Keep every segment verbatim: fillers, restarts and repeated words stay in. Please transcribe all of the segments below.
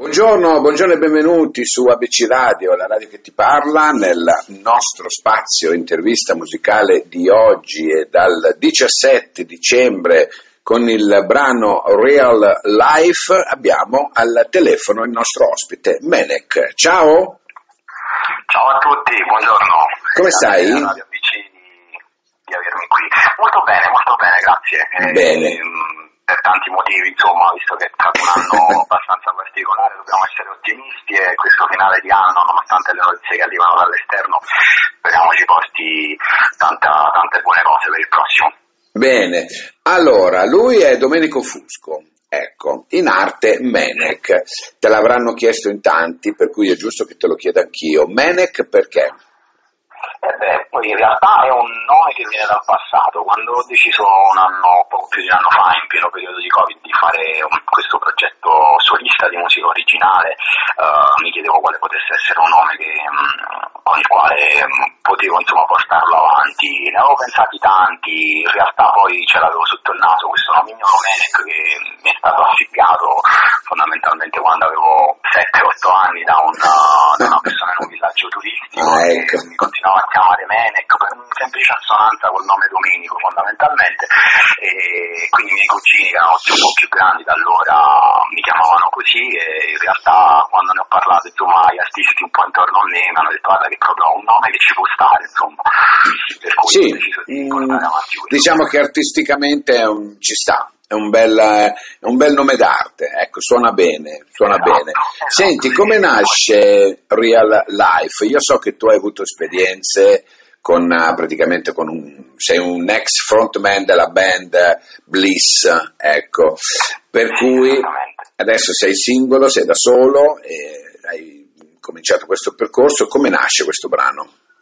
Buongiorno, buongiorno e benvenuti su A B C Radio, la radio che ti parla, nel nostro spazio intervista musicale di oggi e dal diciassette dicembre con il brano Real Life abbiamo al telefono il nostro ospite Menek. Ciao! Ciao a tutti, buongiorno. Come stai? Radio A B C di avermi qui. Molto bene, molto bene, grazie. Bene. E, per tanti motivi, insomma, visto che è stato un anno abbastanza particolare, dobbiamo essere ottimisti e questo finale di anno, nonostante le notizie che arrivano dall'esterno, speriamo ci porti tanta, tante buone cose per il prossimo. Bene, allora, lui è Domenico Fusco, ecco, in arte Menek, te l'avranno chiesto in tanti, per cui è giusto che te lo chieda anch'io. Menek perché? Eh beh, poi in realtà è un nome che viene dal passato. Quando ho deciso un anno, poco più di un anno fa, in pieno periodo di Covid, di fare un, questo progetto solista di musica originale, uh, mi chiedevo quale potesse essere un nome che, um, con il quale um, potevo insomma portarlo avanti. Ne avevo pensati tanti, in realtà poi ce l'avevo sotto il naso questo nomignolo Menek che mi è stato affibbiato fondamentalmente quando avevo sette otto anni da una, da una persona in un villaggio turistico ah, ecco. che mi continuava a chiamare Menek per una semplice assonanza col nome Domenico fondamentalmente, e quindi i miei cugini che erano un po' più grandi da allora mi chiamavano così, e in realtà quando ne ho parlato insomma agli artisti un po' intorno a me mi hanno detto guarda che è proprio un nome che ci può stare, insomma, per cui sì, ho deciso di portare avanti questo. Diciamo che artisticamente è un, ci sta. È un, bel, è un bel nome d'arte, ecco, suona bene, suona esatto, bene. Esatto. Senti, come nasce Real Life? Io so che tu hai avuto esperienze con praticamente con un, sei un ex frontman della band Bliss, ecco, per cui adesso sei singolo, sei da solo e hai cominciato questo percorso. Come nasce questo brano?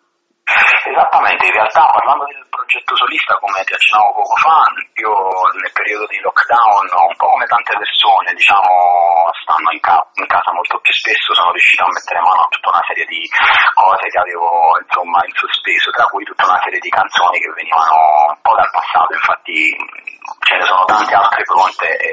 Esattamente, in realtà parlando del progetto solista, come ti accennavo poco fa, io nel periodo di lockdown, un po' come tante persone, diciamo, stanno in, ca- in casa molto più spesso, sono riuscito a mettere mano a tutta una serie di cose che avevo insomma in sospeso, tra cui tutta una serie di canzoni che venivano un po' dal passato, infatti ce ne sono tante altre pronte e,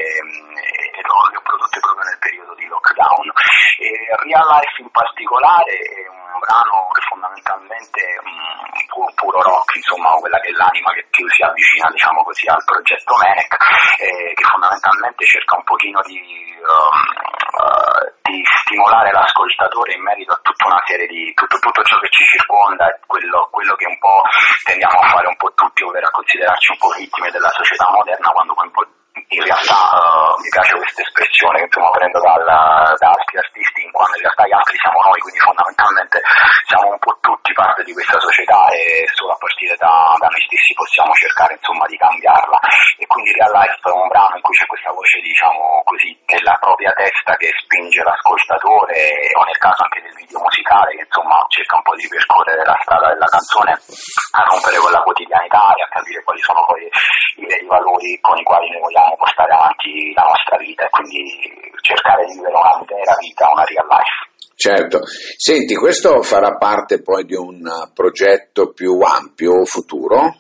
e le ho prodotte proprio nel periodo di lockdown. E Real Life in particolare è un brano che fondamentalmente mh, pu- puro rock, insomma, quella che è l'anima che più si avvicina, diciamo così, al progetto Menek, eh, che fondamentalmente cerca un pochino di, um, uh, di stimolare l'ascoltatore in merito a tutta una serie di tutto, tutto ciò che ci circonda, quello, quello che un po' tendiamo a fare un po' tutti, ovvero a considerarci un po' vittime della società moderna, quando poi un po' in realtà uh, mi piace questa espressione che insomma prendo dal, da altri artisti, in quando in realtà gli altri siamo noi, quindi fondamentalmente siamo un po' tutti parte di questa società e solo a partire da, da noi stessi possiamo cercare insomma di cambiarla. E quindi Real Life è un brano in cui c'è questa voce, diciamo così, nella propria testa che spinge l'ascoltatore, o nel caso anche del video musicale che insomma cerca un po' di percorrere la strada della canzone a rompere con la quotidianità e a capire quali sono poi i veri valori con i quali noi vogliamo portare avanti la nostra vita, e quindi cercare di vivere una vera vita, una real life. Certo. Senti, questo farà parte poi di un progetto più ampio, futuro?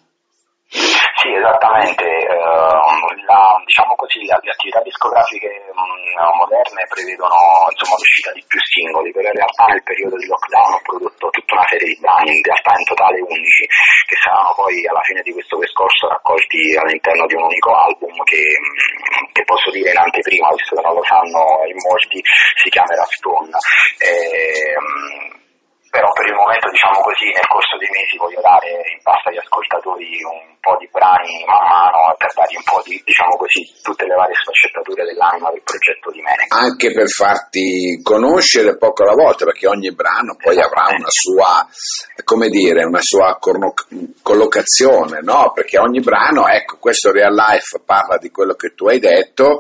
Sì, esattamente. Uh, la, diciamo così, le, le attività discografiche um, moderne prevedono insomma l'uscita di più singoli, però in realtà nel periodo di lockdown ho prodotto tutta una serie di brani, in realtà in totale undici, che saranno poi alla fine di questo percorso raccolti all'interno di un unico album che, che posso dire in anteprima, visto che non lo sanno in molti, si chiamerà Stone. E, um, però per il momento, diciamo così, nel corso dei mesi voglio dare in pasto agli ascoltatori un po' di brani man mano per dargli un po' di, diciamo così, tutte le varie sfaccettature dell'anima del progetto di Menek. Anche per farti conoscere poco alla volta, perché ogni brano poi avrà una sua, come dire, una sua corno- collocazione, no? Perché ogni brano, ecco, questo Real Life parla di quello che tu hai detto,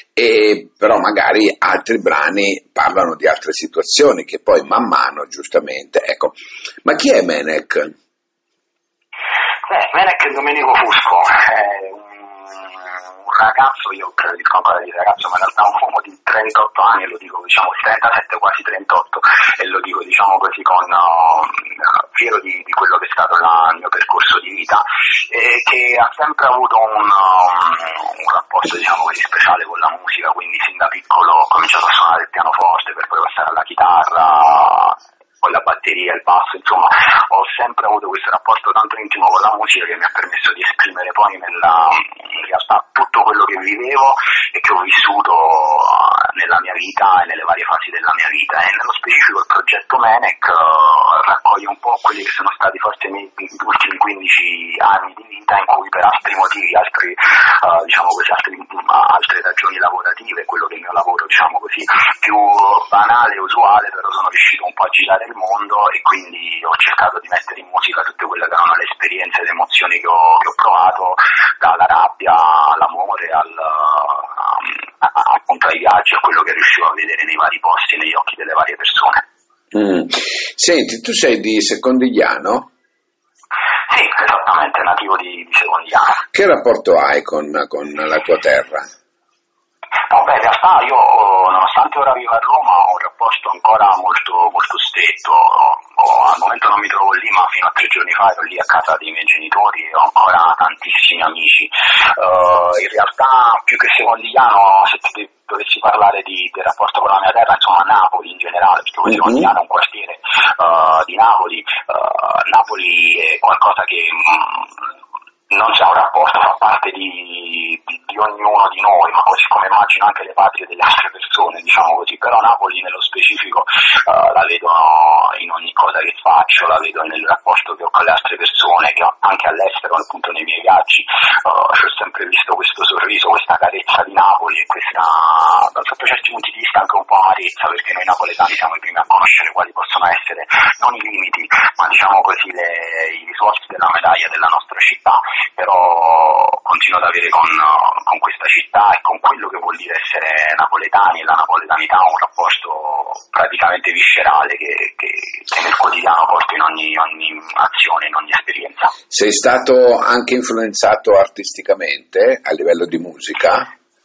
e però magari altri brani parlano di altre situazioni che poi man mano, giustamente, ecco. Ma chi è Menek? Eh, Menek è Domenico Fusco, è un un ragazzo, io credo di ancora di ragazzo, ma in realtà un uomo di trentotto anni, lo dico diciamo di trentasette, quasi trentotto, e lo dico diciamo così con uh, fiero di, di quello che è stato la, il mio percorso di vita, e che ha sempre avuto un, um, un rapporto diciamo così speciale con la musica, quindi sin da piccolo ho cominciato a suonare il pianoforte per poi passare alla chitarra, poi la batteria, il basso, insomma ho sempre avuto questo rapporto tanto intimo con la musica che mi ha permesso di esprimere poi nella, in realtà tutto quello che vivevo e che ho vissuto nella mia vita e nelle varie fasi della mia vita, e nello specifico il progetto Menec uh, raccoglie un po' quelli che sono stati forse i miei ultimi quindici anni di vita, in cui per altri motivi, altri, uh, diciamo così, altri, altre ragioni lavorative, quello che è il mio lavoro diciamo così più banale e usuale, però sono riuscito un po' a girare il mondo, e quindi ho cercato di mettere in musica tutte quelle che erano le esperienze e le emozioni che ho, che ho provato, dalla rabbia all'amore, al, a, a, appunto ai viaggi, a quello che riuscivo a vedere nei vari posti, negli occhi delle varie persone. Mm. Senti, tu sei di Secondigliano? Sì, esattamente, nativo di, di Secondigliano. Che rapporto hai con, con la tua terra? No, beh, in realtà io, nonostante ora viva a Roma, ho un rapporto ancora molto, molto stretto. Ho, al momento non mi trovo lì, ma fino a tre giorni fa ero lì a casa dei miei genitori e ho ancora tantissimi amici. Uh, in realtà, più che Secondigliano, se ti dovessi parlare di, del rapporto con la mia terra, insomma Napoli in generale, perché poi Secondigliano è un quartiere uh, di Napoli. Uh, Napoli è qualcosa che... Mm, non c'è un rapporto, fa parte di, di, di ognuno di noi, ma così come immagino anche le patrie delle altre persone, diciamo così, però Napoli nello specifico uh, la vedo in ogni cosa che faccio, la vedo nel rapporto che ho con le altre persone, che ho anche all'estero, appunto nei miei viaggi, uh, ho sempre visto questo sorriso, questa carezza di Napoli e questa, sotto certi punti di vista, anche un po' amarezza, perché noi napoletani siamo i primi a conoscere quali possono essere, non i limiti, ma diciamo così le, i risvolti della medaglia della nostra città. Però continuo ad avere con, con questa città e con quello che vuol dire essere napoletani e la napoletanità un rapporto praticamente viscerale che, che, che nel quotidiano porto in ogni, ogni azione, in ogni esperienza. Sei stato anche influenzato artisticamente a livello di musica?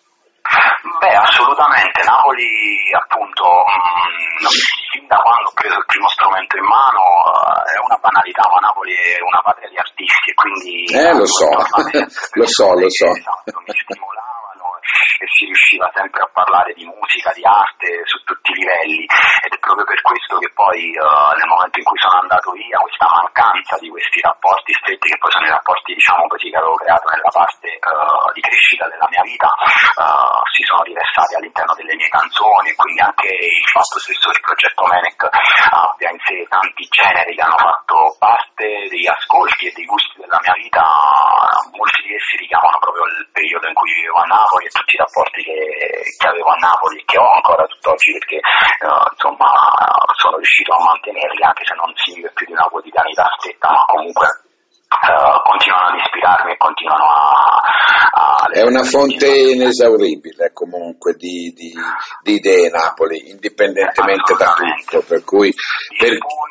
Beh, assolutamente. Napoli, appunto, mh, fin da quando ho preso il primo strumento in mano, uh, è una banalità, ma Napoli è una patria di artisti, e quindi... Eh, lo so, lo so, lo so. Esatto, mi stimolavano e si riusciva sempre a parlare di musica, di arte, su tutti i livelli, ed è proprio per questo che poi, uh, nel momento in cui sono andato via, questa mancanza di questi rapporti stretti, che poi sono i rapporti, diciamo così, che avevo creato nella parte uh, di crescita della mia vita, uh, si sono riversati all'interno delle mie canzoni, e quindi anche il fatto stesso che il progetto Menec abbia in sé tanti generi che hanno fatto parte degli ascolti e dei gusti della mia vita, molti di essi richiamano proprio il periodo in cui vivevo a Napoli e tutti i rapporti che, che avevo a Napoli e che ho ancora tutt'oggi, perché uh, insomma sono riuscito a mantenerli, anche se non si vive più di una quotidianità stretta, ma comunque Uh, continuano ad ispirarmi e continuano a... a è una fonte inesauribile comunque di, di, di idee Napoli, indipendentemente da tutto, per cui... Per...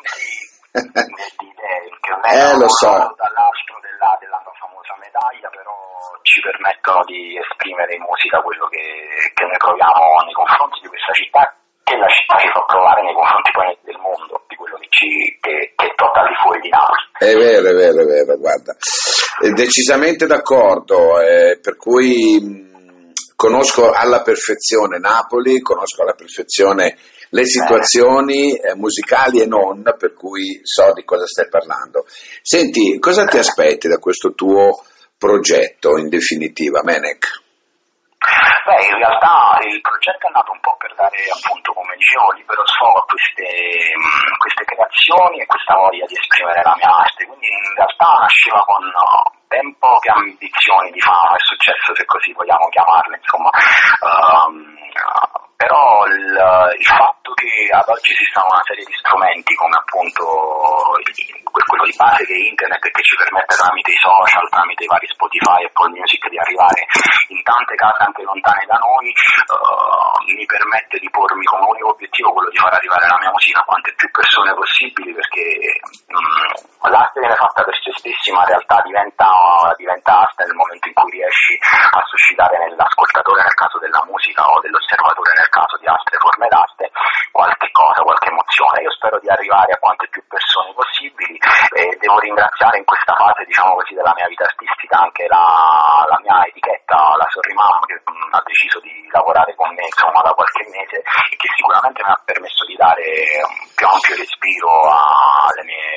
di idee che eh, vengono lo so. dall'alto della, della famosa medaglia, però ci permettono di esprimere in musica quello che, che noi proviamo nei confronti di questa città, che la città ci fa provare nei confronti poi del mondo, di quello che ci che, che tocca al di fuori di Napoli. È vero, è vero, è vero, guarda, è decisamente d'accordo, eh, per cui mh, conosco alla perfezione Napoli, conosco alla perfezione le situazioni eh, musicali e non, per cui so di cosa stai parlando. Senti, cosa ti aspetti da questo tuo progetto, in definitiva, Menec? Beh, in realtà il progetto è nato un po' per dare, appunto, come dicevo, libero sfogo a queste, mh, queste creazioni e questa voglia di esprimere la mia arte, quindi in realtà nasceva con uh, ben poche ambizioni di fama e successo, se così vogliamo chiamarle, insomma. Um, però il, il fatto che ad oggi esistono una serie di strumenti come appunto quello di base che è internet, che ci permette tramite i social, tramite i vari Spotify e Apple Music di arrivare in tante case anche lontane da noi, uh, mi permette di pormi come unico obiettivo quello di far arrivare la mia musica a quante più persone possibili, perché um, l'arte viene fatta per se stessi, ma in realtà diventa, diventa asta nel momento in cui riesci a suscitare nell'ascoltatore, nel caso della musica, o dell'osservatore nel caso di altre forme d'arte, qualche cosa, qualche emozione. Io spero di arrivare a quante più persone possibili e devo ringraziare in questa fase, diciamo così, della mia vita artistica anche la, la mia etichetta, la Sorrimam, che mh, ha deciso di lavorare con me insomma da qualche mese e che sicuramente mi ha permesso di dare un più ampio respiro alle mie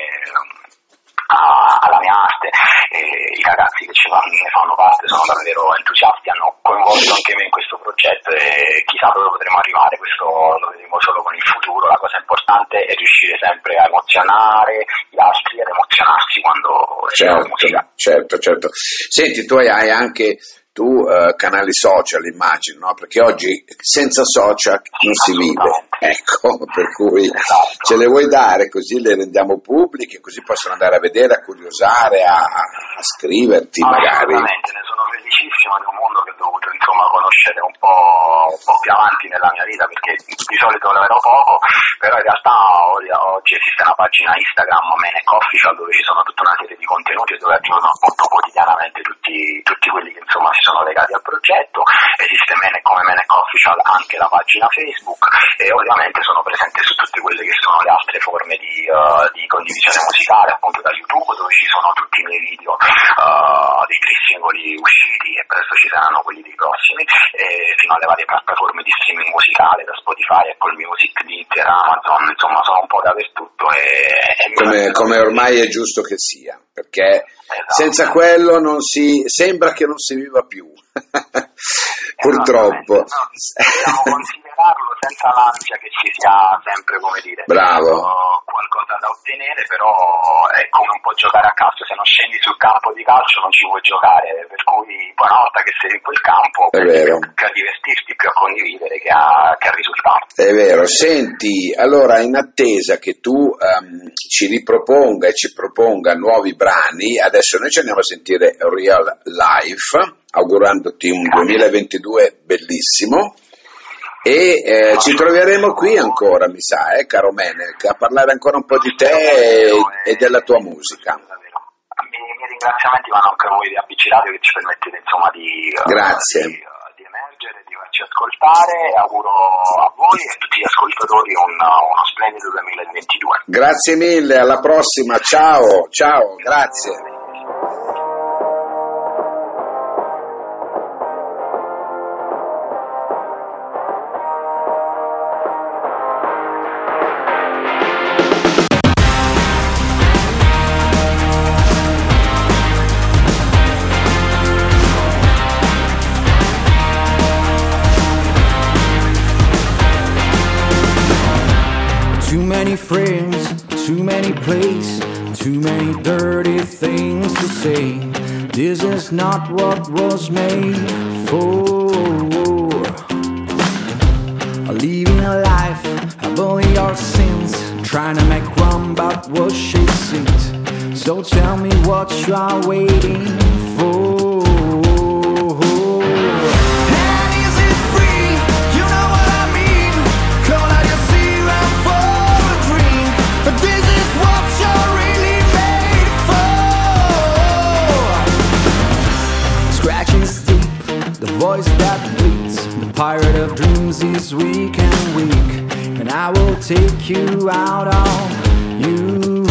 alla mia arte, e i ragazzi che ci fanno, ne fanno parte sono davvero entusiasti, hanno coinvolto anche me in questo progetto e chissà dove potremo arrivare, questo lo vedremo solo con il futuro. La cosa importante è riuscire sempre a emozionare gli altri ed emozionarsi quando certo, musica. Certo, certo. Senti, tu hai anche tu uh, canali social, immagino, no? Perché oggi senza social non si vive, ecco, per cui esatto. Ce le vuoi dare così le rendiamo pubbliche, così possono andare a vedere, a curiosare, a, a scriverti ah, magari. Assolutamente, ne sono felicissimo di un mondo che ho dovuto insomma conoscere un po', un po' più avanti nella mia vita, perché di solito lo vedo poco, però in realtà oggi esiste una pagina Instagram, Menec Official, dove ci sono tutta una serie di contenuti dove aggiorno appunto quotidianamente tutti, tutti quelli che insomma si sono legati al progetto. Esiste Menec come Menec Official anche la pagina Facebook, e ovviamente sono presente su tutte quelle che sono le altre forme di, uh, di condivisione musicale, appunto da YouTube, dove ci sono tutti i miei video uh, dei tre singoli usciti, e presto ci saranno quelli dei prossimi, e fino alle varie piattaforme di streaming musicale, da Spotify, Apple Music, Deezer, Amazon, insomma sono un po' dappertutto. E, e come, come ormai è giusto che sia, perché esatto. Senza quello non si sembra che non si viva più. Purtroppo. No, dobbiamo considerarlo senza l'ansia che ci sia sempre, come dire, bravo, qualcosa da ottenere, però è come un po' giocare a calcio: se non scendi sul campo di calcio non ci puoi giocare, per cui poi una volta che sei in quel campo è vero. Più a divertirti, più a condividere che a, che a risultato. È vero. Senti, allora, in attesa che tu um, ci riproponga e ci proponga nuovi brani, adesso noi ci andiamo a sentire Real Life, augurandoti un duemilaventidue bellissimo, e eh, ci troveremo qui ancora, mi sa, eh, caro Menec, a parlare ancora un po' di te e, e della tua musica. I miei ringraziamenti vanno anche a voi di A B C Radio, che ci permettete insomma di, Grazie. di, di emergere, di farci ascoltare. Auguro a voi e a tutti gli ascoltatori un, uno splendido duemilaventidue. Grazie mille, alla prossima, ciao, ciao, grazie. Too many friends, too many places, too many dirty things to say. This is not what was made for. Living a life, avoiding your sins, trying to make one but what she sees. So tell me what you are waiting for. Voice that bleeds, the pirate of dreams is weak and weak, and I will take you out on you.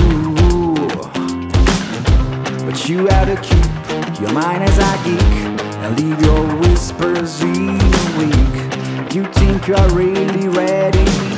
But you have to keep your mind as a geek and leave your whispers in weak. You think you're really ready?